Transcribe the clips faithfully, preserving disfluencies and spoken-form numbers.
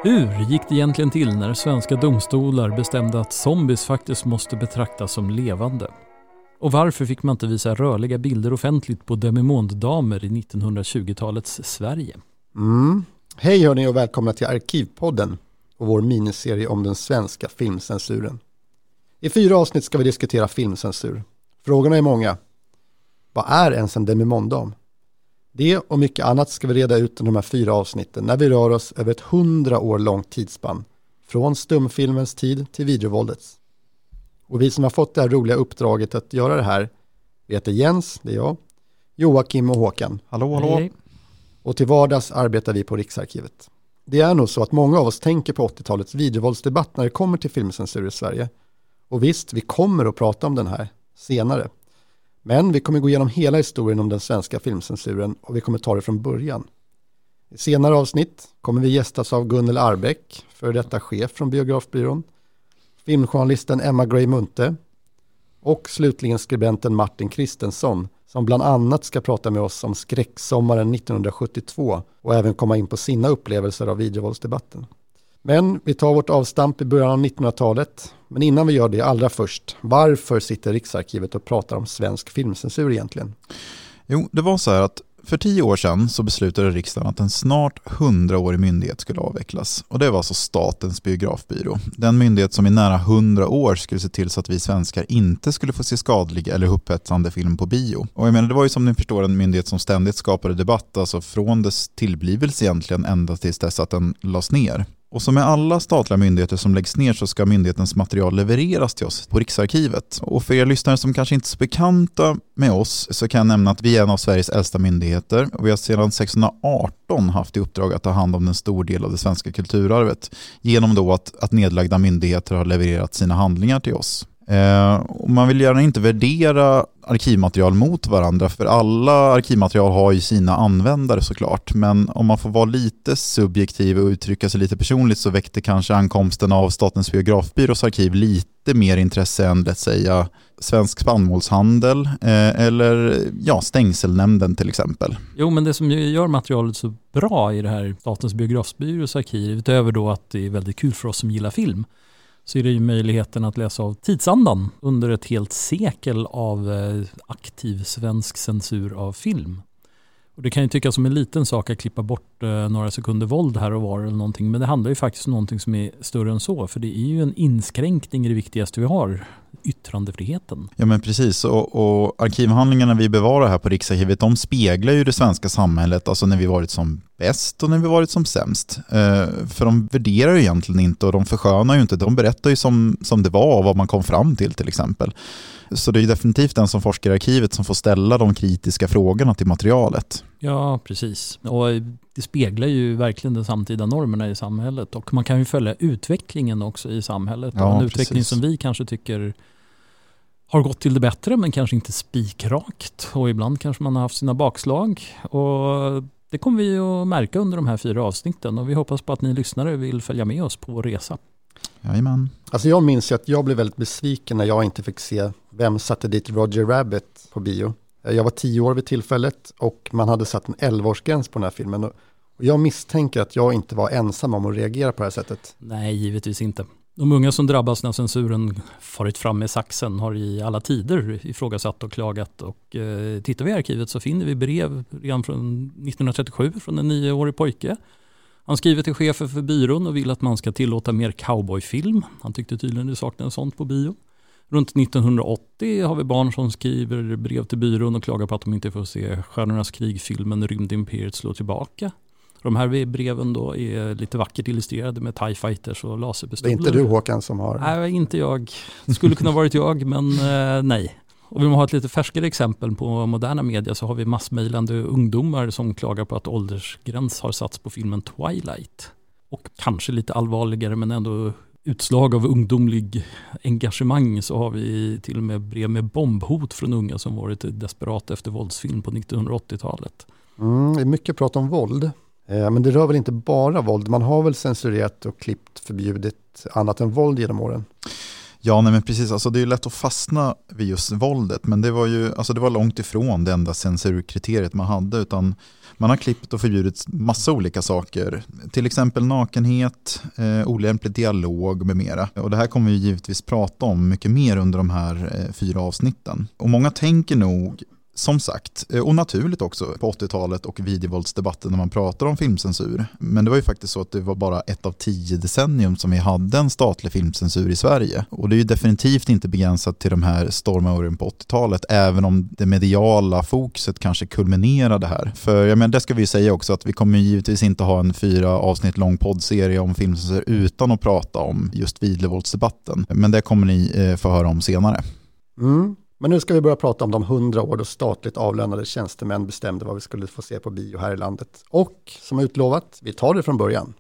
Hur gick det egentligen till när svenska domstolar bestämde att zombies faktiskt måste betraktas som levande? Och varför fick man inte visa rörliga bilder offentligt på Demimondamer i nittonhundratjugotalets Sverige? Mm. Hej hörni och välkomna till Arkivpodden och vår miniserie om den svenska filmcensuren. I fyra avsnitt ska vi diskutera filmcensur. Frågorna är många. Vad är ens en demimondam? Det och mycket annat ska vi reda ut i de här fyra avsnitten när vi rör oss över ett hundra år långt tidsspann. Från stumfilmens tid till videovåldets. Och vi som har fått det här roliga uppdraget att göra det här, vi heter Jens, det är jag, Joakim och Håkan. Hallå, hallå. Hej. Och till vardags arbetar vi på Riksarkivet. Det är nog så att många av oss tänker på åttiotalets videovåldsdebatt när det kommer till filmcensur i Sverige. Och visst, vi kommer att prata om den här senare. Men vi kommer gå igenom hela historien om den svenska filmcensuren och vi kommer ta det från början. I senare avsnitt kommer vi gästas av Gunnel Arbeck, för detta chef från Biografbyrån, filmjournalisten Emma Gray Munthe och slutligen skribenten Martin Kristensson som bland annat ska prata med oss om skräcksommaren nittonhundrasjuttiotvå och även komma in på sina upplevelser av videovåldsdebatten. Men vi tar vårt avstamp i början av nittonhundratalet. Men innan vi gör det allra först, varför sitter Riksarkivet och pratar om svensk filmcensur egentligen? Jo, det var så här att för tio år sedan så beslutade riksdagen att en snart hundraårig myndighet skulle avvecklas. Och det var alltså Statens biografbyrå. Den myndighet som i nära hundra år skulle se till så att vi svenskar inte skulle få se skadlig eller upphetsande film på bio. Och jag menar, det var ju som ni förstår en myndighet som ständigt skapade debatt, alltså från dess tillblivelse egentligen ända tills dess att den lades ner. Och som med alla statliga myndigheter som läggs ner så ska myndighetens material levereras till oss på Riksarkivet. Och för er lyssnare som kanske inte är så bekanta med oss så kan jag nämna att vi är en av Sveriges äldsta myndigheter. Och vi har sedan sextonhundraarton haft i uppdrag att ta hand om en stor del av det svenska kulturarvet. Genom då att, att nedlagda myndigheter har levererat sina handlingar till oss. Eh, och man vill gärna inte värdera arkivmaterial mot varandra, för alla arkivmaterial har ju sina användare såklart, men om man får vara lite subjektiv och uttrycka sig lite personligt så väckte kanske ankomsten av Statens biografbyrås arkiv lite mer intresse än, låt säga, Svensk spannmålshandel eh, eller ja, Stängselnämnden till exempel. Jo, men det som gör materialet så bra i det här Statens biografbyrås arkiv, utöver då att det är väldigt kul för oss som gillar film, så är det ju möjligheten att läsa av tidsandan under ett helt sekel av aktiv svensk censur av film. Och det kan ju tyckas som en liten sak att klippa bort några sekunder våld här och var eller någonting, men det handlar ju faktiskt om någonting som är större än så, för det är ju en inskränkning i det viktigaste vi har, yttrandefriheten. Ja, men precis, och, och arkivhandlingarna vi bevarar här på Riksarkivet, de speglar ju det svenska samhället, alltså när vi varit som bäst och när vi varit som sämst. Eh, för de värderar ju egentligen inte och de förskönar ju inte, de berättar ju som, som det var och vad man kom fram till till exempel. Så det är ju definitivt den som forskar i arkivet som får ställa de kritiska frågorna till materialet. Ja, precis. Och det speglar ju verkligen de samtida normerna i samhället. Och man kan ju följa utvecklingen också i samhället. Ja, en utveckling precis. som vi kanske tycker har gått till det bättre, men kanske inte spikrakt. Och ibland kanske man har haft sina bakslag. Och det kommer vi att märka under de här fyra avsnitten. Och vi hoppas på att ni lyssnare vill följa med oss på vår resa. Jajamän. Alltså jag minns ju att jag blev väldigt besviken när jag inte fick se Vem satte dit Roger Rabbit på bio. Jag var tio år vid tillfället och man hade satt en elva-årsgräns på den här filmen. Och jag misstänker att jag inte var ensam om att reagera på det här sättet. Nej, givetvis inte. De unga som drabbas när censuren farit fram med saxen har i alla tider ifrågasatt och klagat. Och eh, tittar vi i arkivet så finner vi brev redan från nittonhundratrettiosju från en nioårig pojke. Han skriver till chefen för byrån och vill att man ska tillåta mer cowboyfilm. Han tyckte tydligen det saknades sånt på bio. Runt nittonhundraåttio har vi barn som skriver brev till byrån och klagar på att de inte får se Stjärnornas krig-filmen Rymdimperiet slå tillbaka. De här breven då är lite vackert illustrerade med TIE Fighters och laserpistoler. Det är inte du Håkan som har... Nej, inte jag. Det skulle kunna varit jag, men eh, nej. Och vill man ha ett lite färskare exempel på moderna media så har vi massmejlande ungdomar som klagar på att åldersgräns har satts på filmen Twilight. Och kanske lite allvarligare men ändå utslag av ungdomlig engagemang så har vi till och med brev med bombhot från unga som varit desperat efter våldsfilm på nittonhundraåttiotalet. Mm, det är mycket prat om våld. Eh, men det rör väl inte bara våld. Man har väl censurerat och klippt förbjudit annat än våld genom åren. Ja, nej men precis. Alltså det är ju lätt att fastna vid just våldet, men det var ju alltså det var långt ifrån det enda censurkriteriet man hade, utan man har klippt och förbjudit massa olika saker. Till exempel nakenhet, eh, olämplig dialog med mera. Och det här kommer vi givetvis prata om mycket mer under de här eh, fyra avsnitten. Och många tänker nog, som sagt, och naturligt också på åttiotalet och videovåldsdebatten när man pratar om filmcensur. Men det var ju faktiskt så att det var bara ett av tio decennium som vi hade en statlig filmcensur i Sverige. Och det är ju definitivt inte begränsat till de här stormåren på åttiotalet, även om det mediala fokuset kanske kulminerade här. För jag menar, det ska vi säga också, att vi kommer givetvis inte ha en fyra avsnitt lång poddserie om filmcensur utan att prata om just videovåldsdebatten. Men det kommer ni eh, få höra om senare. Mm. Men nu ska vi börja prata om de hundra år då statligt avlönade tjänstemän bestämde vad vi skulle få se på bio här i landet. Och som utlovat, vi tar det från början.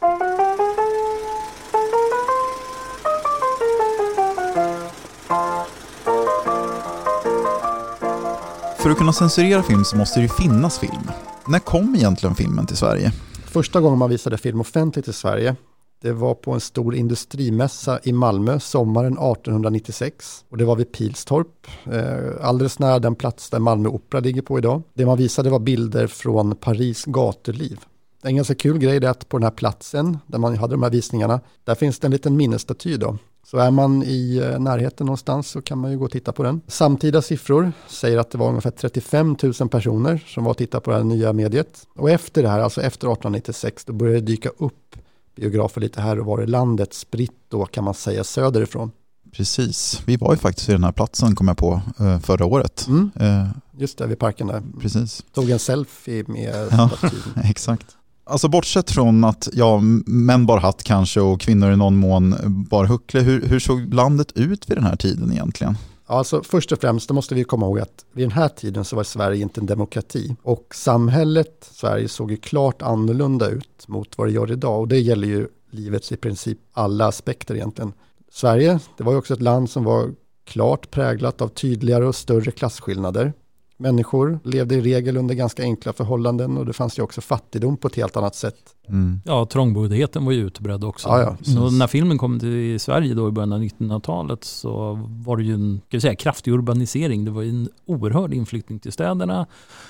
För att kunna censurera film så måste det ju finnas film. När kom egentligen filmen till Sverige? Första gången man visade film offentligt i Sverige, det var på en stor industrimässa i Malmö sommaren arton nittiosex. Och det var vid Pilstorp, eh, alldeles nära den plats där Malmö Opera ligger på idag. Det man visade var bilder från Paris gatuliv. En ganska kul grej är att på den här platsen där man hade de här visningarna, där finns det en liten minnesstaty då. Så är man i närheten någonstans så kan man ju gå och titta på den. Samtida siffror säger att det var ungefär trettiofem tusen personer som var och tittade på det här nya mediet. Och efter det här, alltså efter arton nittiosex, då började det dyka upp biografer lite här och var i landet, spritt då kan man säga söderifrån. Precis, vi var ju faktiskt i den här platsen, kom jag på, förra året. Mm. Eh, Just det, vid parken där. Precis. Tog en selfie med ja, statyn. Exakt. Alltså bortsett från att ja, män bar hatt kanske och kvinnor i någon mån bar huckle, hur, hur såg landet ut vid den här tiden egentligen? Alltså först och främst då måste vi komma ihåg att vid den här tiden så var Sverige inte en demokrati. Och samhället Sverige såg ju klart annorlunda ut mot vad det gör idag. Och det gäller ju livets i princip alla aspekter egentligen. Sverige, det var ju också ett land som var klart präglat av tydligare och större klasskillnader. Människor levde i regel under ganska enkla förhållanden och det fanns ju också fattigdom på ett helt annat sätt. Mm. Ja, trångboddheten var ju utbredd också. Ja, ja. Så när filmen kom till Sverige då i början av nittonhundratalet så var det ju en ska jag säga, kraftig urbanisering. Det var ju en oerhörd inflyttning till städerna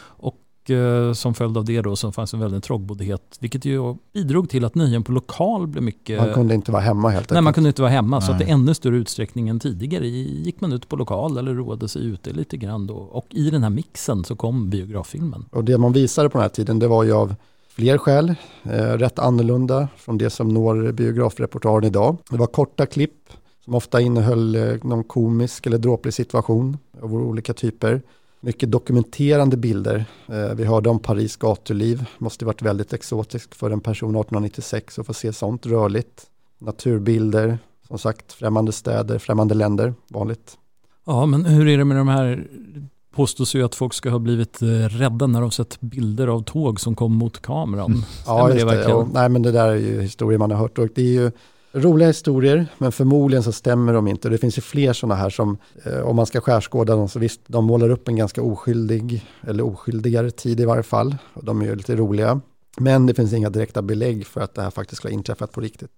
och eh, som följd av det då så fanns en väldigt trångboddhet, vilket ju bidrog till att nöjen på lokal blev mycket... Man kunde inte vara hemma helt enkelt. Nej, man kunde inte vara hemma. Nej. Så att i ännu större utsträckning än tidigare gick man ut på lokal eller roade sig ute lite grann då. Och i den här mixen så kom biograffilmen. Och det man visade på den här tiden, det var ju av fler skäl, eh, rätt annorlunda från det som når biografreportaren idag. Det var korta klipp som ofta innehöll eh, någon komisk eller dråplig situation av olika typer. Mycket dokumenterande bilder. Eh, vi hörde om Paris gatuliv. Måste varit väldigt exotiskt för en person arton nittiosex att få se sånt rörligt. Naturbilder, som sagt, främmande städer, främmande länder, vanligt. Ja, men hur är det med de här... Påstås ju att folk ska ha blivit rädda när de sett bilder av tåg som kom mot kameran. Mm. Ja, just det. Ja, nej, men det där är ju historier man har hört. Och det är ju roliga historier, men förmodligen så stämmer de inte. Det finns ju fler sådana här som, eh, om man ska skärskåda dem, så visst, de målar upp en ganska oskyldig, eller oskyldigare tid i varje fall. Och de är ju lite roliga. Men det finns inga direkta belägg för att det här faktiskt skulle ha inträffat på riktigt.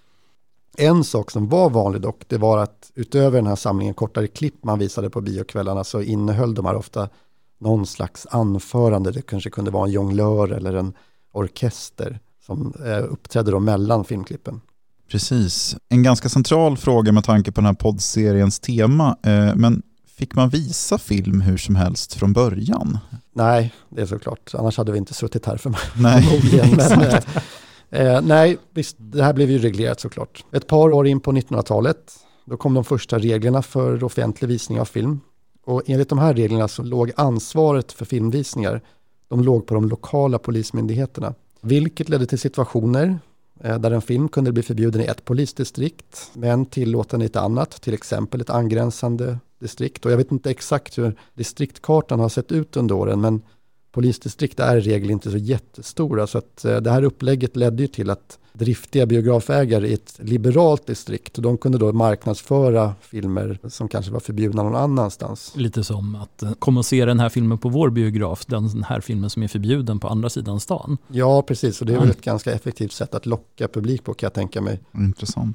En sak som var vanlig dock, det var att utöver den här samlingen kortare klipp man visade på biokvällarna så innehöll de här ofta någon slags anförande. Det kanske kunde vara en jonglör eller en orkester som eh, uppträdde då mellan filmklippen. Precis. En ganska central fråga med tanke på den här poddseriens tema. Eh, men fick man visa film hur som helst från början? Nej, det är såklart. Annars hade vi inte suttit här för mig. Nej, men, eh, Eh, nej, visst, det här blev ju reglerat såklart. Ett par år in på nittonhundratalet, då kom de första reglerna för offentlig visning av film. Och enligt de här reglerna så låg ansvaret för filmvisningar, de låg på de lokala polismyndigheterna. Vilket ledde till situationer eh, där en film kunde bli förbjuden i ett polisdistrikt, men tillåten i ett annat, till exempel ett angränsande distrikt. Och jag vet inte exakt hur distriktkartan har sett ut under åren, men polisdistrikt är i regel inte så jättestora, så att det här upplägget ledde ju till att driftiga biografägare i ett liberalt distrikt, de kunde då marknadsföra filmer som kanske var förbjudna någon annanstans. Lite som att komma och se den här filmen på vår biograf, den här filmen som är förbjuden på andra sidan stan. Ja, precis, och det är ja. väl ett ganska effektivt sätt att locka publik på, kan jag tänka mig. Intressant.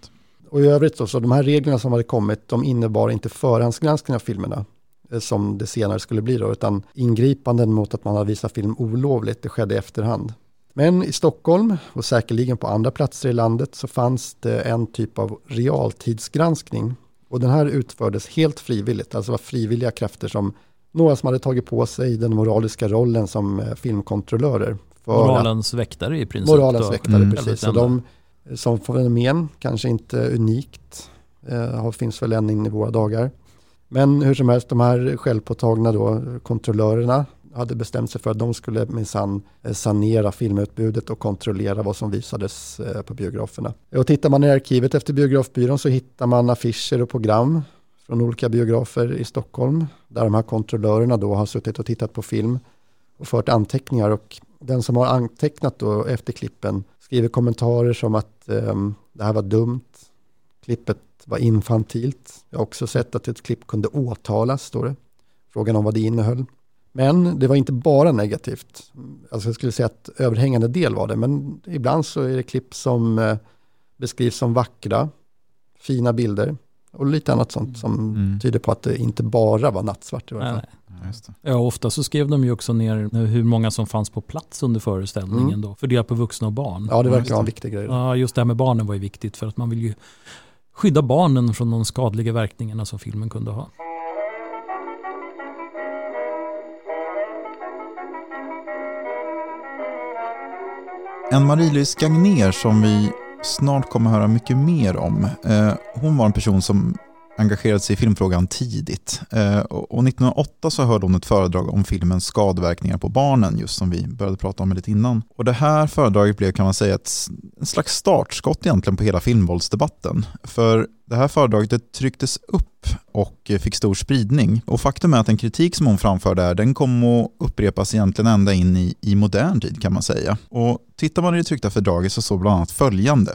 Och i övrigt då, så de här reglerna som hade kommit, de innebar inte förhandsgranskning av filmerna som det senare skulle bli då, utan ingripanden mot att man hade visat film olovligt, det skedde i efterhand. Men i Stockholm och säkerligen på andra platser i landet så fanns det en typ av realtidsgranskning, och den här utfördes helt frivilligt, alltså var frivilliga krafter som några som hade tagit på sig den moraliska rollen som filmkontrollörer. För moralens väktare i princip. Moralens då. väktare, Mm. precis. Så de som fenomen, kanske inte unikt, eh, finns väl än in i våra dagar. Men hur som helst, de här självpåtagna då, kontrollörerna hade bestämt sig för att de skulle minsann sanera filmutbudet och kontrollera vad som visades eh, på biograferna. Och tittar man i arkivet efter biografbyrån så hittar man affischer och program från olika biografer i Stockholm, där de här kontrollörerna då har suttit och tittat på film och fört anteckningar, och den som har antecknat då efter klippen skriver kommentarer som att eh, det här var dumt, klippet var infantilt. Jag har också sett att ett klipp kunde åtalas, står det. Frågan om vad det innehöll. Men det var inte bara negativt. Alltså jag skulle säga att överhängande del var det, men ibland så är det klipp som eh, beskrivs som vackra, fina bilder och lite annat sånt som mm. tyder på att det inte bara var nattsvart i varje fall. Nej, nej. Just det. Ja, ofta så skrev de ju också ner hur många som fanns på plats under föreställningen Mm. då, fördelat på vuxna och barn. Ja, det verkar vara en viktig grej. Ja, just det här med barnen var ju viktigt, för att man vill ju skydda barnen från de skadliga verkningarna som filmen kunde ha. En Marie-Louise Gagnér som vi snart kommer höra mycket mer om. Eh, hon var en person som engagerade sig i filmfrågan tidigt. Eh, och nittonhundraåtta så hörde hon ett föredrag om filmens skadeverkningar på barnen, just som vi började prata om lite innan. Och det här föredraget blev, kan man säga, ett en slags startskott egentligen på hela filmvåldsdebatten. För det här föredraget det trycktes upp och fick stor spridning. Och faktum är att den kritik som hon framförde där, den kom att upprepas egentligen ända in i, i modern tid, kan man säga. Och tittar man i det tryckta fördraget så står bland annat följande.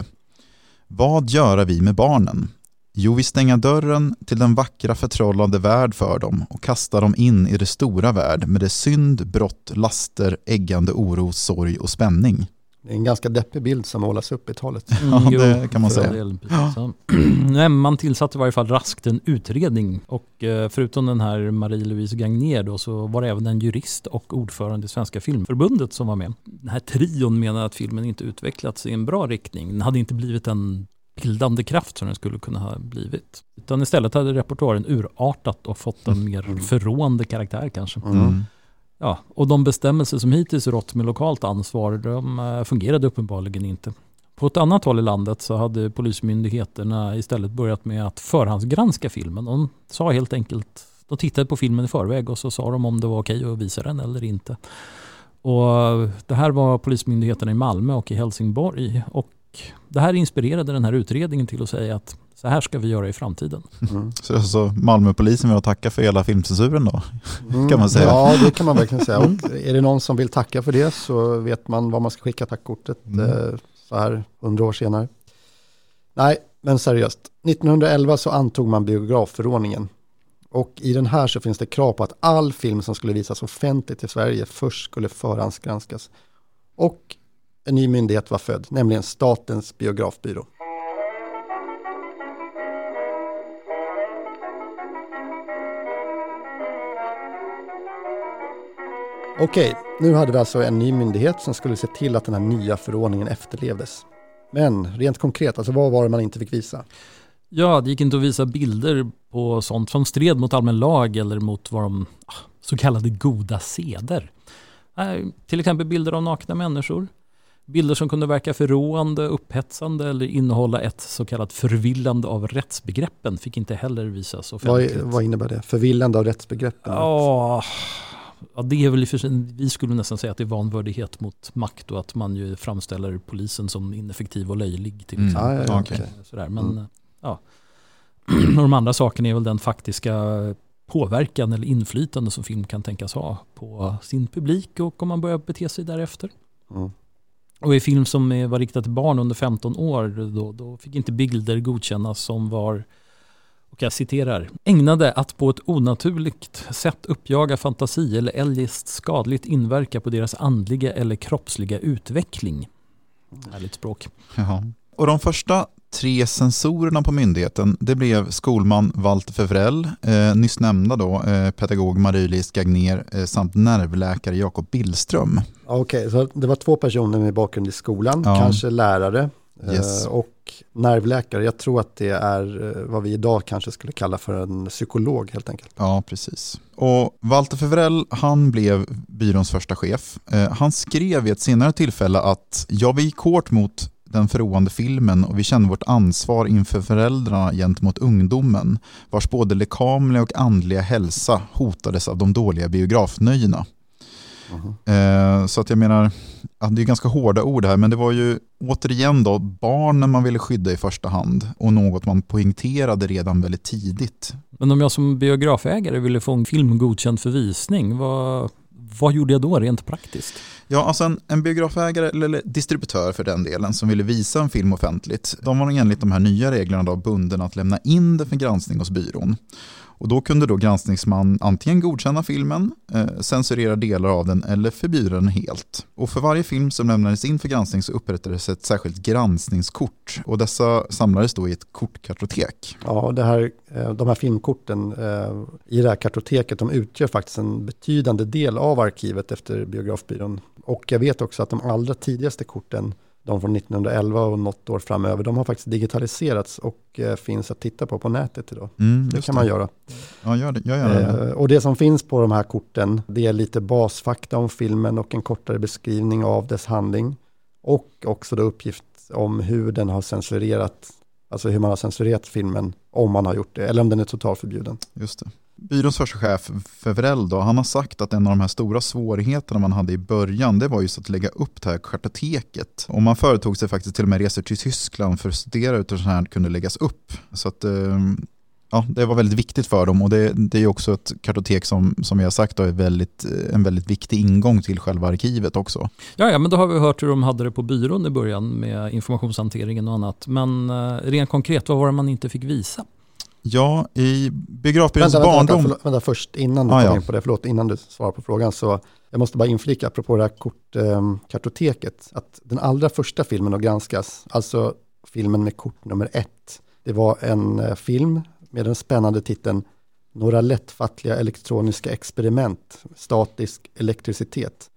Vad gör vi med barnen? Jo, vi stänger dörren till den vackra förtrollade värld för dem och kastar dem in i det stora värld med det synd, brott, laster, äggande oro, sorg och spänning. Det är en ganska deppig bild som målas upp i talet. Ja, det kan man säga. Del, Nej, man tillsatte i varje fall raskt en utredning, och förutom den här Marie-Louise Gagnér då, så var det även en jurist och ordförande i Svenska filmförbundet som var med. Den här trion menar att filmen inte utvecklats i en bra riktning. Den hade inte blivit en bildande kraft som den skulle kunna ha blivit. Utan istället hade repertoaren urartat och fått en mer mm. förråande karaktär kanske. Mm. Ja, och de bestämmelser som hittills rått med lokalt ansvar, de fungerade uppenbarligen inte. På ett annat håll i landet så hade polismyndigheterna istället börjat med att förhandsgranska filmen. De sa helt enkelt, de tittade på filmen i förväg och så sa de om det var okej att visa den eller inte. Och det här var polismyndigheterna i Malmö och i Helsingborg, och det här inspirerade den här utredningen till att säga att så här ska vi göra i framtiden. Mm. Så det är så Malmöpolisen vill tacka för hela filmcensuren då, mm. kan man säga. Ja, det kan man verkligen säga. Och är det någon som vill tacka för det så vet man vad man ska skicka tackkortet mm. eh, så här hundra år senare. Nej, men seriöst. nittonhundraelva så antog man biografförordningen. Och i den här så finns det krav på att all film som skulle visas offentligt i Sverige först skulle förhandsgranskas. Och en ny myndighet var född, nämligen Statens biografbyrå. Okej, nu hade vi alltså en ny myndighet som skulle se till att den här nya förordningen efterlevdes. Men rent konkret, alltså vad var det man inte fick visa? Ja, det gick inte att visa bilder på sånt som stred mot allmän lag eller mot vad de så kallade goda seder. Till exempel bilder av nakna människor. Bilder som kunde verka förråande, upphetsande eller innehålla ett så kallat förvillande av rättsbegreppen fick inte heller visas offentligt. Vad, vad innebär det? Förvillande av rättsbegreppen? Ja, ja, det är väl för, vi skulle nästan säga att det är vanvördighet mot makt och att man ju framställer polisen som ineffektiv och löjlig till exempel. Mm. Ah, ja, okay. Sådär. Men mm. ja, och de andra sakerna är väl den faktiska påverkan eller inflytande som film kan tänkas ha på sin publik och om man börjar bete sig därefter. Mm. Och i film som var riktad till barn under femton år då, då fick inte bilder godkännas som var, och jag citerar, ägnade att på ett onaturligt sätt uppjaga fantasi eller eljest skadligt inverka på deras andliga eller kroppsliga utveckling. Härligt språk. Jaha. Och de första tre censorerna på myndigheten, det blev skolman Walter Fevrell, eh, nyss nämnda då, eh, pedagog Marie-Louise Gagner eh, samt nervläkare Jakob Billström. Okej, okay, så det var två personer med bakgrund i skolan, ja. Kanske lärare yes. eh, och nervläkare. Jag tror att det är vad vi idag kanske skulle kalla för en psykolog helt enkelt. Ja, precis. Och Walter Fevrell, han blev byråns första chef. Eh, han skrev vid ett senare tillfälle att ja, vi gick hårt mot den förråande filmen och vi kände vårt ansvar inför föräldrarna gentemot ungdomen, vars både lekamliga och andliga hälsa hotades av de dåliga biografnöjena. Uh-huh. Eh, så att jag menar, ja, det är ganska hårda ord här, men det var ju återigen då barnen man ville skydda i första hand och något man poängterade redan väldigt tidigt. Men om jag som biografägare ville få en film godkänd för visning, vad, vad gjorde jag då rent praktiskt? Ja, alltså en, en biografägare eller distributör för den delen som ville visa en film offentligt, de var enligt de här nya reglerna då bunden att lämna in det för granskning hos byrån. Och då kunde då granskningsman antingen godkänna filmen, eh, censurera delar av den eller förbjuda den helt. Och för varje film som lämnades in för granskning så upprättades ett särskilt granskningskort. Och dessa samlades då i ett kortkartotek. Ja, det här, de här filmkorten eh, i det här kartoteket, de utgör faktiskt en betydande del av arkivet efter biografbyrån. Och jag vet också att de allra tidigaste korten, de från nittonhundraelva och något år framöver, de har faktiskt digitaliserats och eh, finns att titta på på nätet idag. Mm, det kan det. man göra. Ja, gör det, jag gör det. Eh, och det som finns på de här korten, det är lite basfakta om filmen och en kortare beskrivning av dess handling. Och också då uppgift om hur den har censurerat, alltså hur man har censurerat filmen, om man har gjort det, eller om den är totalförbjuden. Just det. Byråns första chef Fevrell då, han har sagt att en av de här stora svårigheterna man hade i början, det var just att lägga upp det här kartoteket. Och man företog sig faktiskt till och med resor till Tyskland för att studera ut hur sånt här kunde läggas upp. Så att ja, det var väldigt viktigt för dem, och det, det är också ett kartotek som, som jag har sagt då, är väldigt, en väldigt viktig ingång till själva arkivet också. Ja, ja, men då har vi hört hur de hade det på byrån i början med informationshanteringen och annat. Men eh, rent konkret, vad var det man inte fick visa? Ja, i biografbyråns vänta, barndom... Vänta, vänta, vänta först innan du ah, kommer ja. in på det, förlåt, innan du svarar på frågan, så jag måste bara inflika apropå det här kort, eh, kartoteket, att den allra första filmen att granskas, alltså filmen med kort nummer ett, det var en eh, film med den spännande titeln Några lättfattliga elektroniska experiment, statisk elektricitet.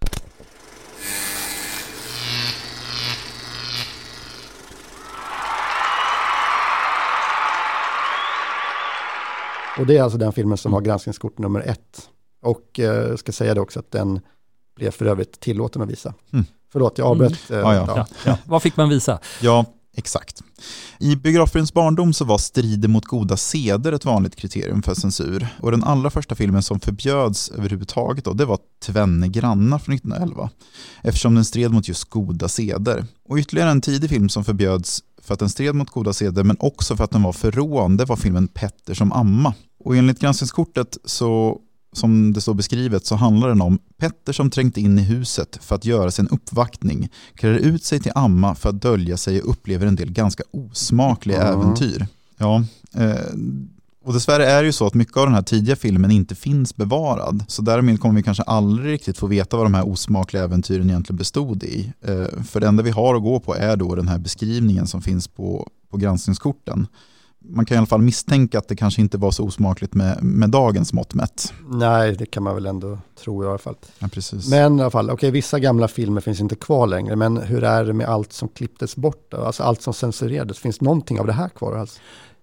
Och det är alltså den filmen som har granskningskort nummer ett. Och jag eh, ska säga det också att den blev för övrigt tillåten att visa. Mm. Förlåt, jag avbröt. Mm. Eh, ja, ja. Ja, ja. Vad fick man visa? Ja, exakt. I biografbyråns barndom så var strider mot goda seder ett vanligt kriterium för censur. Och den allra första filmen som förbjöds överhuvudtaget då, det var Tvenne grannar från nittonhundraelva. Eftersom den stred mot just goda seder. Och ytterligare en tidig film som förbjöds för att den stred mot goda seder, men också för att den var förråande, var filmen Petter som amma. Och enligt granskningskortet så, som det står beskrivet, så handlar den om Petter som trängt in i huset för att göra sin uppvaktning, klär ut sig till amma för att dölja sig och upplever en del ganska osmakliga mm. äventyr. Ja, eh, och dessvärre är det ju så att mycket av den här tidiga filmen inte finns bevarad. Så därmed kommer vi kanske aldrig riktigt få veta vad de här osmakliga äventyren egentligen bestod i. Eh, för det enda vi har att gå på är då den här beskrivningen som finns på, på granskningskorten. Man kan i alla fall misstänka att det kanske inte var så osmakligt med, med dagens mått mätt. Nej, det kan man väl ändå tro i alla fall. Ja, precis. Men i alla fall, okej, okay, vissa gamla filmer finns inte kvar längre, men hur är det med allt som klipptes bort då? Alltså allt som censurerades, finns någonting av det här kvar alltså?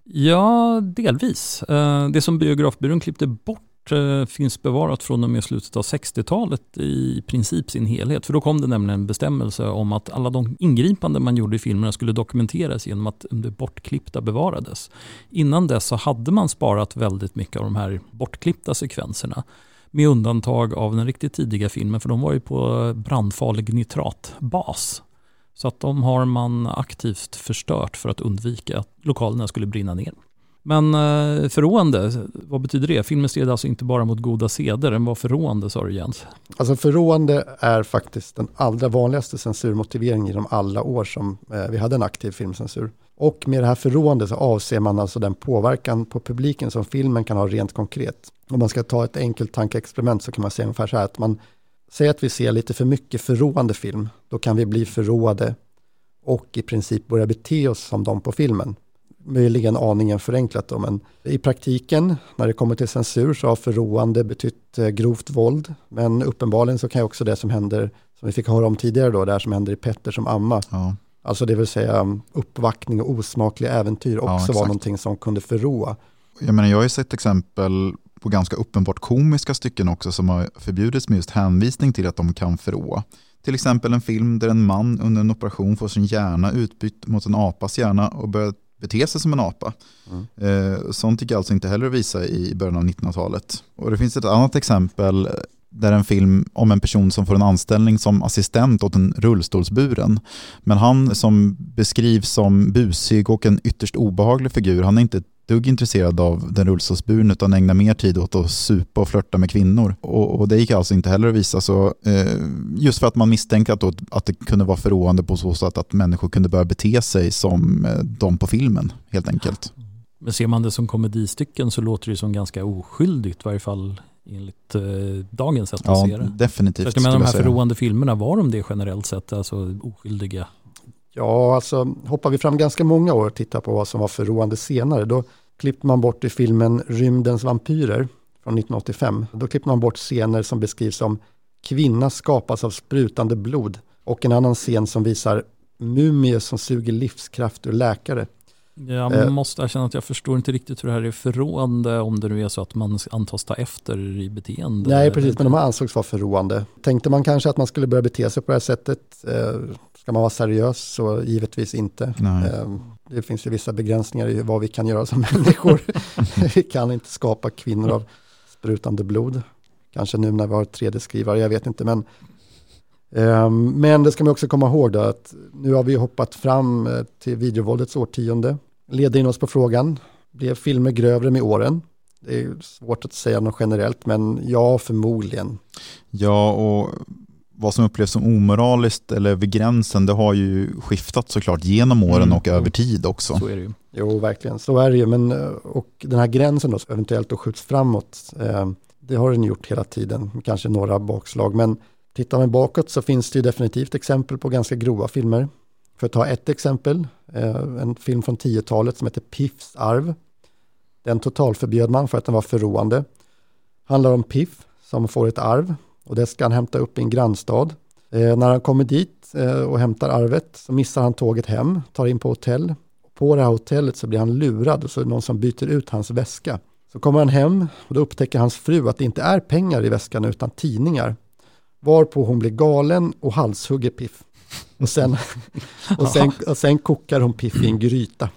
Ja, delvis. Det som biografbyrån klippte bort finns bevarat från och med slutet av sextiotalet i princip sin helhet. För då kom det nämligen en bestämmelse om att alla de ingripanden man gjorde i filmerna skulle dokumenteras genom att det bortklippta bevarades. Innan dess så hade man sparat väldigt mycket av de här bortklippta sekvenserna. Med undantag av den riktigt tidiga filmen, för de var ju på brandfarlig nitratbas. Så att de har man aktivt förstört för att undvika att lokalerna skulle brinna ner. Men eh, förråande, vad betyder det? Filmen stred alltså inte bara mot goda seder, den var förråande, sa du Jens. Alltså förråande är faktiskt den allra vanligaste censurmotiveringen genom alla år som eh, vi hade en aktiv filmcensur. Och med det här förråande så avser man alltså den påverkan på publiken som filmen kan ha rent konkret. Om man ska ta ett enkelt tankeexperiment så kan man säga ungefär så här att man säger att vi ser lite för mycket förråande film, då kan vi bli förråade. och i princip börja bete oss som de på filmen. Möjligen aningen förenklat då, men i praktiken när det kommer till censur så har förråande betytt grovt våld, men uppenbarligen så kan ju också det som händer, som vi fick höra om tidigare då, det här som händer i Petter som amma, ja. Alltså det vill säga uppvaktning och osmakliga äventyr också ja, var någonting som kunde förråa. Jag menar, jag har ju sett exempel på ganska uppenbart komiska stycken också som har förbjudits med just hänvisning till att de kan förråa. Till exempel en film där en man under en operation får sin hjärna utbytt mot en apas hjärna och börjar bete sig som en apa. Mm. Eh, sånt gick alltså inte heller att visa i början av nittonhundratalet. Och det finns ett annat exempel där en film om en person som får en anställning som assistent åt en rullstolsburen. Men han som beskrivs som busig och en ytterst obehaglig figur, han är inte ett dugg intresserad av den rullstolsburen utan ägnar mer tid åt att supa och flörta med kvinnor. Och, och det gick alltså inte heller att visa så, eh, just för att man misstänker att, då, att det kunde vara förråande på så sätt att människor kunde börja bete sig som eh, de på filmen, helt enkelt. Men ser man det som komedistycken så låter det som ganska oskyldigt, i varje fall enligt eh, dagens sätt att ja, se det. Definitivt. Så jag menar, de här förråande filmerna, var de det generellt sett, alltså oskyldiga? Ja, alltså hoppar vi fram ganska många år och tittar på vad som var förråande senare. Då klippte man bort i filmen Rymdens vampyrer från nittonhundraåttiofem. Då klippte man bort scener som beskrivs som kvinna skapas av sprutande blod och en annan scen som visar mumier som suger livskraft ur läkare. Jag eh. måste erkänna att jag förstår inte riktigt hur det här är förråande, om det nu är så att man antas ta efter i beteende. Nej, precis, men de ansågs vara förråande. Tänkte man kanske att man skulle börja bete sig på det här sättet? Eh, ska man vara seriös så givetvis inte. Eh, det finns ju vissa begränsningar i vad vi kan göra som människor. Vi kan inte skapa kvinnor av sprutande blod. Kanske nu när vi har tre D-skrivare, jag vet inte. Men, eh, men det ska man också komma ihåg då, att nu har vi hoppat fram till videovåldets årtionde. Leder in oss på frågan, blev filmer grövre med åren? Det är svårt att säga något generellt, men ja, förmodligen. Ja, och vad som upplevs som omoraliskt eller vid gränsen, det har ju skiftat såklart genom åren mm. och över tid också. Så är det ju. Jo, verkligen. Så är det ju. Men, och den här gränsen då, eventuellt då skjuts framåt, eh, det har den gjort hela tiden. Kanske några bakslag, men tittar man bakåt så finns det ju definitivt exempel på ganska grova filmer. För att ta ett exempel, eh, en film från tiotalet som heter Piffs arv. Den totalförbjöd man för att den var förråande. Handlar om Piff som får ett arv och det ska han hämta upp i en grannstad. Eh, när han kommer dit eh, och hämtar arvet så missar han tåget hem, tar in på hotell. På det här hotellet så blir han lurad och så är det någon som byter ut hans väska. Så kommer han hem och då upptäcker hans fru att det inte är pengar i väskan utan tidningar. Varpå hon blir galen och halshugger Piff. Och sen, och, sen, och sen kokar hon Piff i en gryta.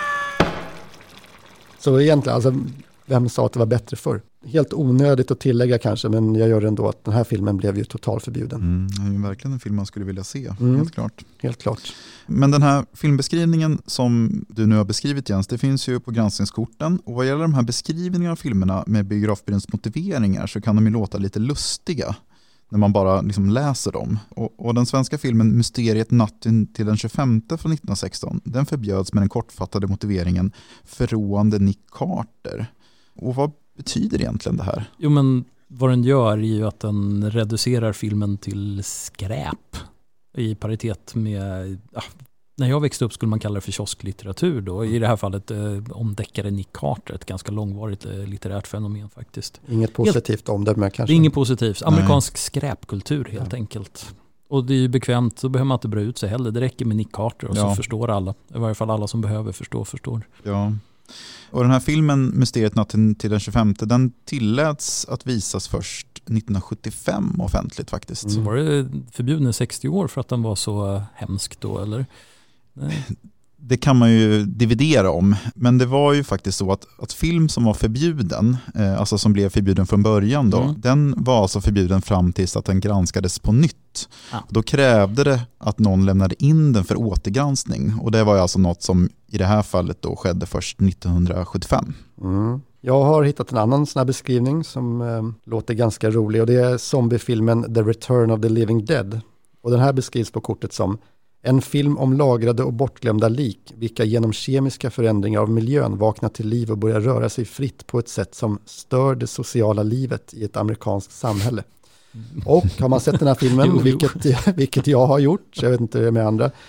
Så egentligen, alltså, vem sa att det var bättre förr? Helt onödigt att tillägga kanske, men jag gör ändå att den här filmen blev ju totalförbjuden. Mm, det är ju verkligen en film man skulle vilja se, mm, helt klart. Helt klart. Men den här filmbeskrivningen som du nu har beskrivit, Jens, det finns ju på granskningskorten. Och vad gäller de här beskrivningarna av filmerna med Biografbyråns motiveringar så kan de ju låta lite lustiga när man bara liksom läser dem. Och, och den svenska filmen Mysteriet natten till den tjugofemte från nittonhundrasexton, den förbjöds med den kortfattade motiveringen förråande Nick Carter. Och vad betyder egentligen det här? Jo, men vad den gör är ju att den reducerar filmen till skräp i paritet med, ja, när jag växte upp skulle man kalla det för kiosklitteratur då. I det här fallet eh, om deckare Nick Carter, ett ganska långvarigt eh, litterärt fenomen faktiskt. Inget positivt helt, om det med kanske. Inget positivt. Amerikansk Nej. skräpkultur helt ja. enkelt. Och det är ju bekvämt, så behöver man inte bre ut sig heller. Det räcker med Nick Carter och ja. så förstår alla. I varje fall alla som behöver förstå, förstår. Ja. Och den här filmen Mysteriet natten till den tjugofemte, den tilläts att visas först nittonhundrasjuttiofem offentligt faktiskt. Mm. Så var det förbjuden sextio år för att den var så hemsk då, eller? Nej. Det kan man ju dividera om, men det var ju faktiskt så att, att film som var förbjuden, eh, alltså som blev förbjuden från början då, mm. den var alltså förbjuden fram tills att den granskades på nytt. Ah. Då krävde det att någon lämnade in den för återgranskning, och det var ju alltså något som i det här fallet då skedde först nittonhundrasjuttiofem. Mm. Jag har hittat en annan sån här beskrivning som eh, låter ganska rolig, och det är zombiefilmen The Return of the Living Dead. Och den här beskrivs på kortet som en film om lagrade och bortglömda lik, vilka genom kemiska förändringar av miljön vaknar till liv och börjar röra sig fritt på ett sätt som stör det sociala livet i ett amerikanskt samhälle. Och har man sett den här filmen, vilket, vilket jag har gjort, jag vet inte med andra,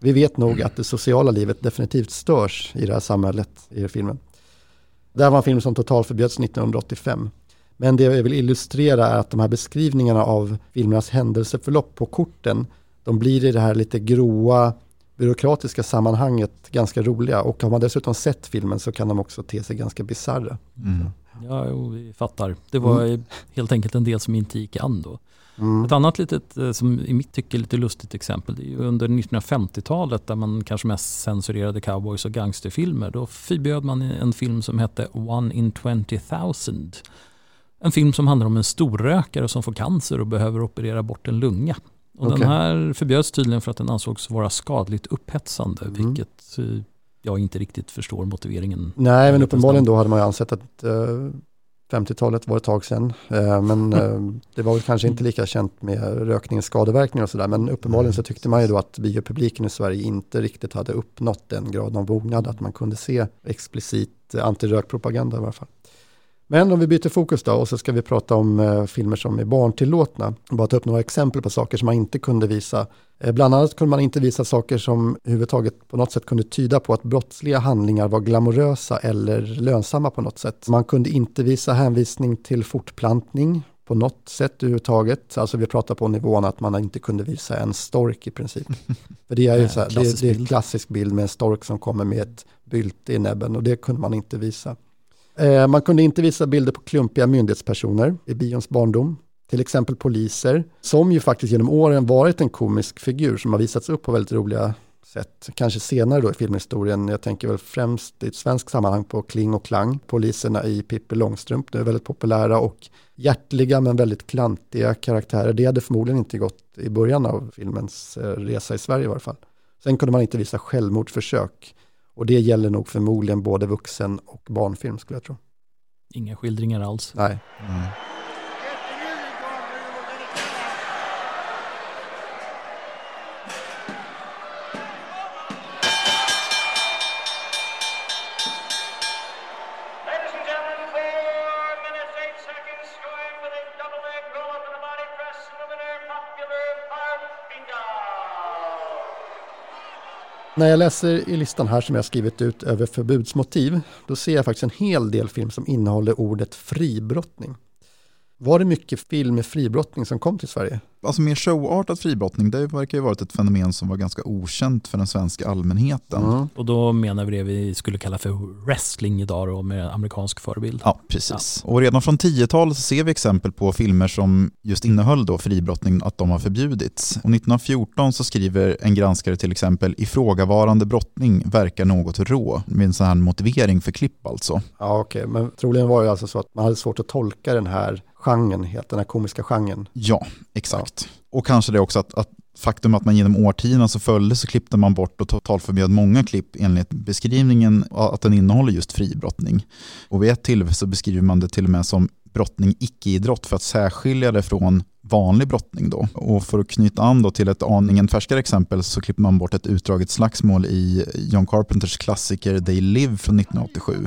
Vi vet nog att det sociala livet definitivt störs i det här samhället i filmen. Det här var en film som totalförbjöds nittonhundraåttiofem. Men det jag vill illustrera är att de här beskrivningarna av filmernas händelseförlopp på korten, de blir i det här lite gråa, byråkratiska sammanhanget ganska roliga. Och har man dessutom sett filmen så kan de också te sig ganska bizarra. Mm. Ja, jo, vi fattar. Det var mm. helt enkelt en del som inte gick an då. Mm. Ett annat litet, som i mitt tycke lite lustigt exempel, det är ju under nittonhundrafemtiotalet där man kanske mest censurerade cowboys och gangsterfilmer. Då förbjöd man en film som hette One in twenty thousand. En film som handlar om en storrökare som får cancer och behöver operera bort en lunga. Och okay. Den här förbjöds tydligen för att den ansågs vara skadligt upphetsande, mm. vilket jag inte riktigt förstår motiveringen. Nej, men uppenbarligen då hade man ju ansett att uh, femtiotalet var ett tag sedan. Uh, men uh, det var väl kanske inte lika känt med rökningens skadeverkningar och sådär. Men uppenbarligen så tyckte man ju då att biopubliken i Sverige inte riktigt hade uppnått den graden av mognad att man kunde se explicit antirökpropaganda i varje fall. Men om vi byter fokus då och så ska vi prata om eh, filmer som är barntillåtna. Bara ta upp några exempel på saker som man inte kunde visa. Eh, bland annat kunde man inte visa saker som överhuvudtaget på något sätt kunde tyda på att brottsliga handlingar var glamorösa eller lönsamma på något sätt. Man kunde inte visa hänvisning till fortplantning på något sätt överhuvudtaget. Alltså vi pratar på nivån att man inte kunde visa en stork i princip. För det är ju så här, det, det är en klassisk bild med en stork som kommer med ett bylte i näbben och det kunde man inte visa. Man kunde inte visa bilder på klumpiga myndighetspersoner i bions barndom. Till exempel poliser, som ju faktiskt genom åren varit en komisk figur som har visats upp på väldigt roliga sätt. Kanske senare då i filmhistorien, jag tänker väl främst i ett svenskt sammanhang på Kling och Klang. Poliserna i Pippi Långstrump, de är väldigt populära och hjärtliga men väldigt klantiga karaktärer. Det hade förmodligen inte gått i början av filmens resa i Sverige i varje fall. Sen kunde man inte visa självmordsförsök. Och det gäller nog förmodligen både vuxen- och barnfilm skulle jag tro. Inga skildringar alls. Nej. Mm. När jag läser i listan här som jag skrivit ut över förbudsmotiv, då ser jag faktiskt en hel del film som innehåller ordet fribrottning. Var det mycket film med fribrottning som kom till Sverige? Alltså mer showartad fribrottning, det verkar ju varit ett fenomen som var ganska okänt för den svenska allmänheten. Mm. Och då menar vi det vi skulle kalla för wrestling idag då, med amerikansk förebild. Ja, precis. Ja. Och redan från tiotalet så ser vi exempel på filmer som just innehöll då fribrottning att de har förbjudits. Och nittonhundrafjorton så skriver en granskare till exempel ifrågavarande brottning verkar något rå, med en sån här motivering för klipp alltså. Ja, okej. Okay. Men troligen var det alltså så att man hade svårt att tolka den här genren, helt den här komiska genren. Ja, exakt. Ja. Och kanske det också att, att faktum att man genom årtionden så följde så klippte man bort och totalförbjöd många klipp enligt beskrivningen att den innehåller just fribrottning. Och vid ett tillfälle så beskriver man det till och med som brottning icke-idrott för att särskilja det från vanlig brottning då. Och för att knyta an då till ett aningen färskare exempel så klipper man bort ett utdraget slagsmål i John Carpenters klassiker They Live från nittonhundraåttiosju.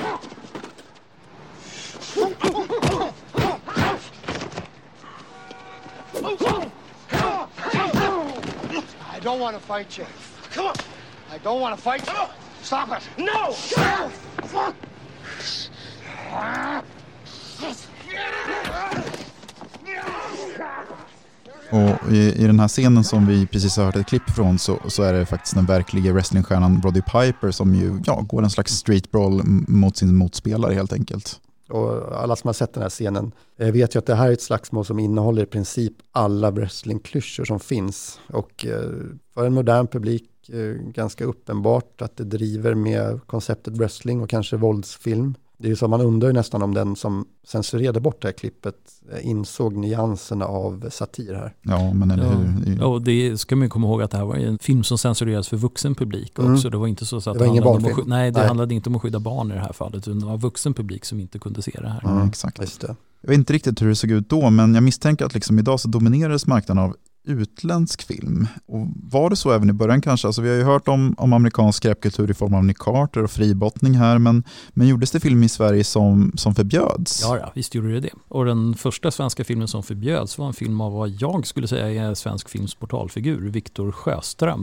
I don't want to fight you. Come on. I don't want to fight you. Stop it. No. Och i, i den här scenen som vi precis har hört ett klipp från så, så är det faktiskt den verkliga wrestlingstjärnan Roddy Piper som ju ja, går en slags street brawl mot sin motspelare helt enkelt. Och alla som har sett den här scenen vet ju att det här är ett slagsmål som innehåller i princip alla wrestlingklyschor som finns. Och för en modern publik ganska uppenbart att det driver med konceptet wrestling och kanske våldsfilm. Det är ju som man undrar nästan om den som censurerade bort det här klippet insåg nyanserna av satir här. Ja, men eller hur? Ja, och det ska man komma ihåg att det här var en film som censurerades för vuxen publik också. Mm. Det var inte så, så att det, det, handlade, om att, nej, det nej. handlade inte om att skydda barn i det här fallet, utan det var vuxen publik som inte kunde se det här. Ja, exakt. Just det. Jag vet inte riktigt hur det såg ut då, men jag misstänker att liksom idag så dominerades marknaden av utländsk film. Och var det så även i början kanske? Alltså vi har ju hört om, om amerikansk skräpkultur i form av Nick Carter och fribottning här, men, men gjordes det film i Sverige som, som förbjöds? Ja, ja, visst gjorde det det. Och den första svenska filmen som förbjöds var en film av vad jag skulle säga är svensk films portalfigur, Viktor Sjöström.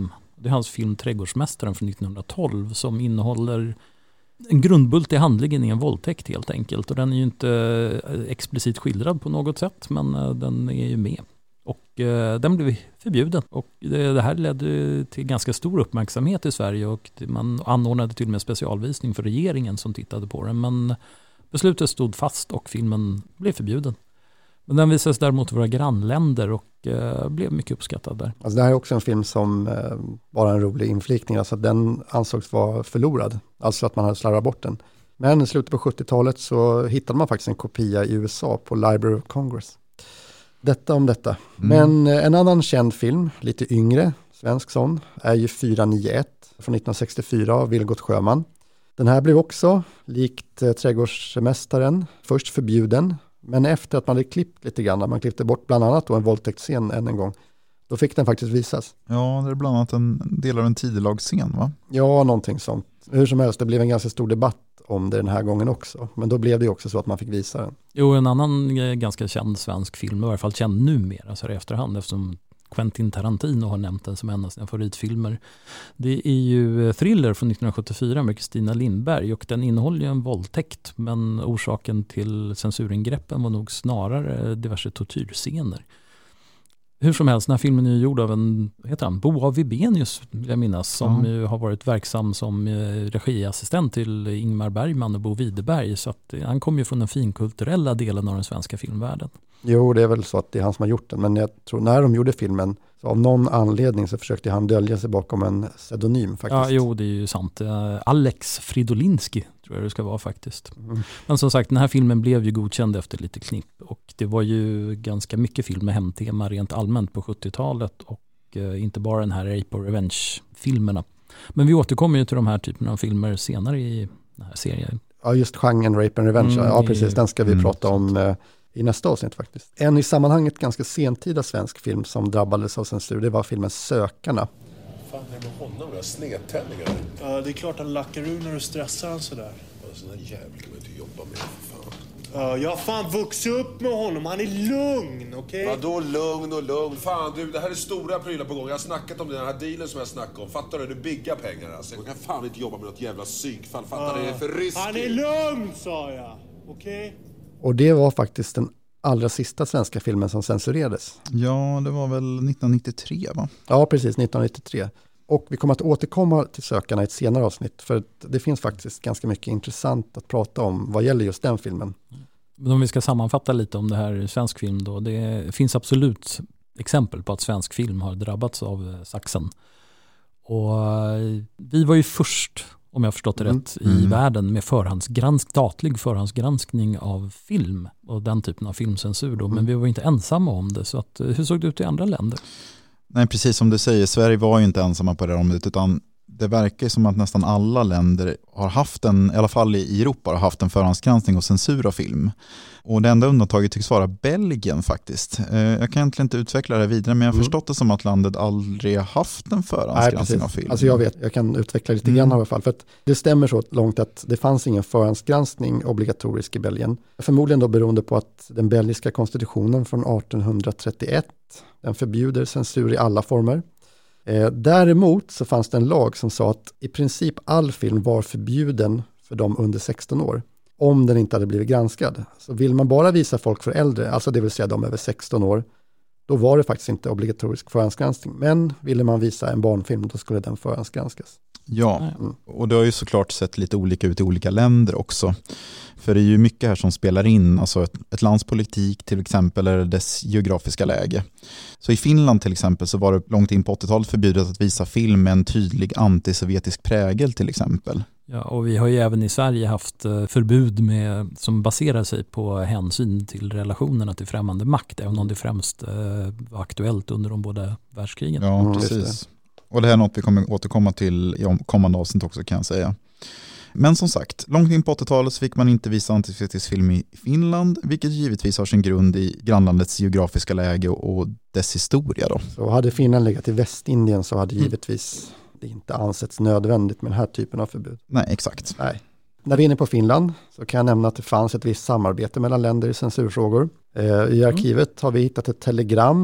Det är hans film Trädgårdsmästaren från nittonhundratolv som innehåller en grundbult i handlingen i en våldtäkt helt enkelt. Och den är ju inte explicit skildrad på något sätt, men den är ju med. Och eh, den blev förbjuden. Och det, det här ledde till ganska stor uppmärksamhet i Sverige och man anordnade till och med specialvisning för regeringen som tittade på den. Men beslutet stod fast och filmen blev förbjuden. Men den visades däremot i våra grannländer och eh, blev mycket uppskattad där. Alltså det här är också en film som eh, var en rolig inflikning. Alltså den ansågs vara förlorad. Alltså att man hade slarvat bort den. Men i slutet på sjuttiotalet så hittade man faktiskt en kopia i U S A på Library of Congress. Detta om detta. Mm. Men eh, en annan känd film, lite yngre, svensk sån, är ju fyra nio ett från nittonhundrasextiofyra av Vilgot Sjöman. Den här blev också, likt eh, Trädgårdsmästaren, först förbjuden. Men efter att man hade klippt lite grann, man klippte bort bland annat då en våldtäktsscen än en gång, då fick den faktiskt visas. Ja, det är bland annat en del av en tidelagsscen, va? Ja, någonting sånt. Hur som helst, det blev en ganska stor debatt om det den här gången också. Men då blev det också så att man fick visa den. Jo, en annan eh, ganska känd svensk film, i alla fall känd numera så här i efterhand, eftersom Quentin Tarantino har nämnt den som en av sina favoritfilmer. Det är ju Thriller från nittonhundrasjuttiofyra med Kristina Lindberg och den innehåller ju en våldtäkt, men orsaken till censuringreppen var nog snarare diverse tortyrscener. Hur som helst, den här filmen är ju gjord av en, vad heter han, Bo A. Wibenius vill jag minnas, som mm. ju har varit verksam som regiassistent till Ingmar Bergman och Bo Widerberg, så att han kommer ju från den finkulturella delen av den svenska filmvärlden. Jo, det är väl så att det är han som har gjort den, men jag tror när de gjorde filmen så av någon anledning så försökte han dölja sig bakom en pseudonym faktiskt. Ja, jo, det är ju sant. Alex Fridolinski tror jag det ska vara faktiskt. Mm. Men som sagt, den här filmen blev ju godkänd efter lite knipp och det var ju ganska mycket film med hemtema rent allmänt på sjuttiotalet och eh, inte bara den här Rape och Revenge-filmerna. Men vi återkommer ju till de här typerna av filmer senare i den här serien. Ja, just genren Rape and Revenge. Mm, ja, precis. Den ska vi mm. prata om eh, i nästa avsnitt faktiskt. En i sammanhanget ganska sentida svensk film som drabbades av censur, det var filmen Sökarna. Fan, är det med honom? Det är snedtändningar. Ja, det är klart han lackar ur när du stressar han sådär. Sån här jävel kan man inte jobba med, för fan. Ja, jag har fan vuxit upp med honom. Han är lugn, okej? Okay? Vadå lugn och lugn? Fan du, det här är stora prylar på gång. Jag har snackat om den här dealen som jag snackade om. Fattar du? Det är bigga pengar alltså. Man kan fan inte jobba med något jävla psykfall. Fattar du? Ja. Det är för riskigt. Han är lugn, sa jag. Okej? Okay? Och det var faktiskt den allra sista svenska filmen som censurerades. Ja, det var väl nittonhundranittiotre, va? Ja, precis. nittonhundranittiotre. Och vi kommer att återkomma till Sökarna i ett senare avsnitt. För det finns faktiskt ganska mycket intressant att prata om vad gäller just den filmen. Men om vi ska sammanfatta lite om det här i svensk film då. Det finns absolut exempel på att svensk film har drabbats av saxen. Och vi var ju först, om jag har förstått det mm. rätt, i mm. världen med förhandsgransk, statlig förhandsgranskning av film och den typen av filmcensur då. Mm. Men vi var inte ensamma om det. Så att, hur såg det ut i andra länder? Nej, precis som du säger, Sverige var ju inte ensamma på det här området, utan det verkar som att nästan alla länder har haft en, i alla fall i Europa, har haft en förhandsgranskning och censur av film. Och det enda undantaget tycks vara Belgien faktiskt. Jag kan egentligen inte utveckla det vidare, men jag har mm. förstått det som att landet aldrig har haft en förhandsgranskning av film. Alltså jag vet, jag kan utveckla lite mm. grann i alla fall. För att det stämmer så långt att det fanns ingen förhandsgranskning obligatorisk i Belgien. Förmodligen då beroende på att den belgiska konstitutionen från artonhundratrettioett, den förbjuder censur i alla former. Eh, däremot så fanns det en lag som sa att i princip all film var förbjuden för de under sexton år. Om den inte hade blivit granskad. Så vill man bara visa folk för äldre, alltså det vill säga de över sexton år, då var det faktiskt inte obligatorisk förhandsgranskning. Men ville man visa en barnfilm, då skulle den förhandsgranskas. Ja, mm. och det har ju såklart sett lite olika ut i olika länder också. För det är ju mycket här som spelar in, alltså ett, ett lands politik till exempel, eller dess geografiska läge. Så i Finland till exempel så var det långt in på åttiotalet förbjudet att visa film med en tydlig antisovjetisk prägel till exempel. Ja, och vi har ju även i Sverige haft förbud med, som baserar sig på hänsyn till relationerna till främmande makt, även om det främst eh, var aktuellt under de båda världskrigen. Ja, mm, precis. Och det här är något vi kommer återkomma till i kommande avsnitt också, kan jag säga. Men som sagt, långt in på åttiotalet så fick man inte visa antisovjetisk film i Finland, vilket givetvis har sin grund i grannlandets geografiska läge och dess historia då. Så hade Finland legat i Västindien så hade givetvis mm. det inte ansetts nödvändigt med den här typen av förbud. Nej, exakt. Nej. När vi är inne på Finland så kan jag nämna att det fanns ett visst samarbete mellan länder i censurfrågor. Eh, I arkivet har vi hittat ett telegram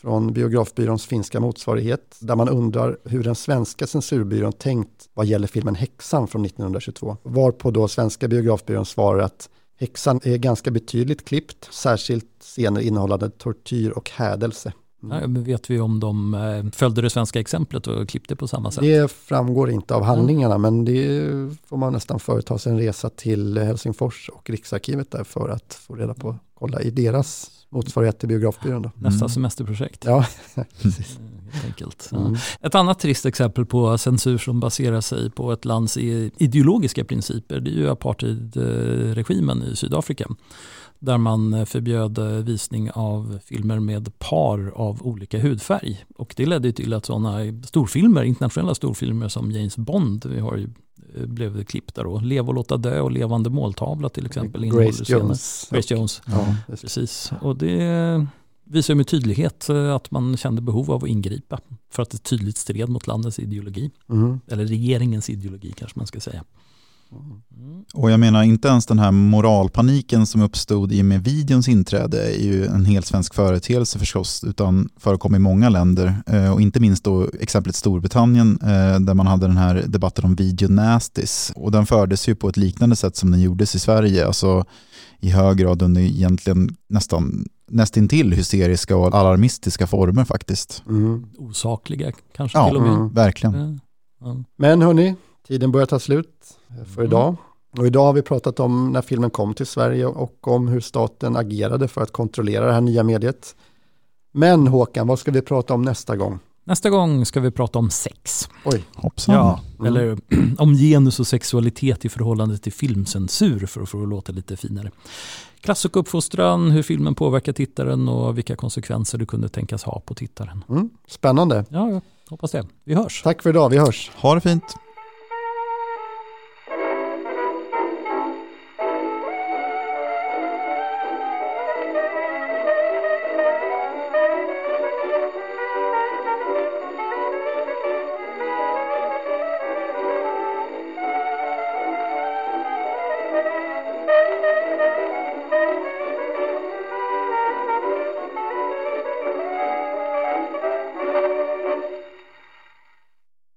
från Biografbyråns finska motsvarighet där man undrar hur den svenska censurbyrån tänkt vad gäller filmen Häxan från nittonhundratjugotvå. Varpå då svenska Biografbyrån svarar att Häxan är ganska betydligt klippt, särskilt scener innehållande tortyr och hädelse. Mm. Ja, men vet vi om de följde det svenska exemplet och klippte på samma sätt? Det framgår inte av handlingarna, mm. men det får man nästan företa sig en resa till Helsingfors och Riksarkivet där för att få reda på, kolla i deras motsvarighet till Biografbyrån. Då. Nästa Mm. semesterprojekt. Ja, precis. Helt enkelt. Mm. Ja. Ett annat trist exempel på censur som baserar sig på ett lands ideologiska principer, det är ju apartheidregimen i Sydafrika. Där man förbjöd visning av filmer med par av olika hudfärg. Och det ledde till att sådana storfilmer, internationella storfilmer som James Bond, vi har ju, blev klippta då. Lev och låta dö och Levande måltavla till exempel. Grace Jones. Grace Jones, ja, precis. Och det visar med tydlighet att man kände behov av att ingripa för att det tydligt stred mot landets ideologi. Mm. Eller regeringens ideologi kanske man ska säga. Mm. Och jag menar inte ens den här moralpaniken som uppstod i och med videons inträde är ju en helt svensk företeelse förstås, utan förekom i många länder och inte minst då exemplet Storbritannien där man hade den här debatten om video nasties, och den fördes ju på ett liknande sätt som den gjordes i Sverige, alltså i hög grad under egentligen nästan nästintill hysteriska och alarmistiska former faktiskt. Mm. Osakliga kanske ja, till och med. Mm, verkligen. Ja. Men hörni, tiden börjar ta slut för idag. Och idag har vi pratat om när filmen kom till Sverige och om hur staten agerade för att kontrollera det här nya mediet. Men Håkan, vad ska vi prata om nästa gång? Nästa gång ska vi prata om sex. Oj, hoppsan. Ja, mm. eller om genus och sexualitet i förhållande till filmcensur för att få det låta lite finare. Klass och uppfostran, hur filmen påverkar tittaren och vilka konsekvenser det kunde tänkas ha på tittaren. Mm. Spännande. Ja, jag hoppas det. Vi hörs. Tack för idag, vi hörs. Ha det fint.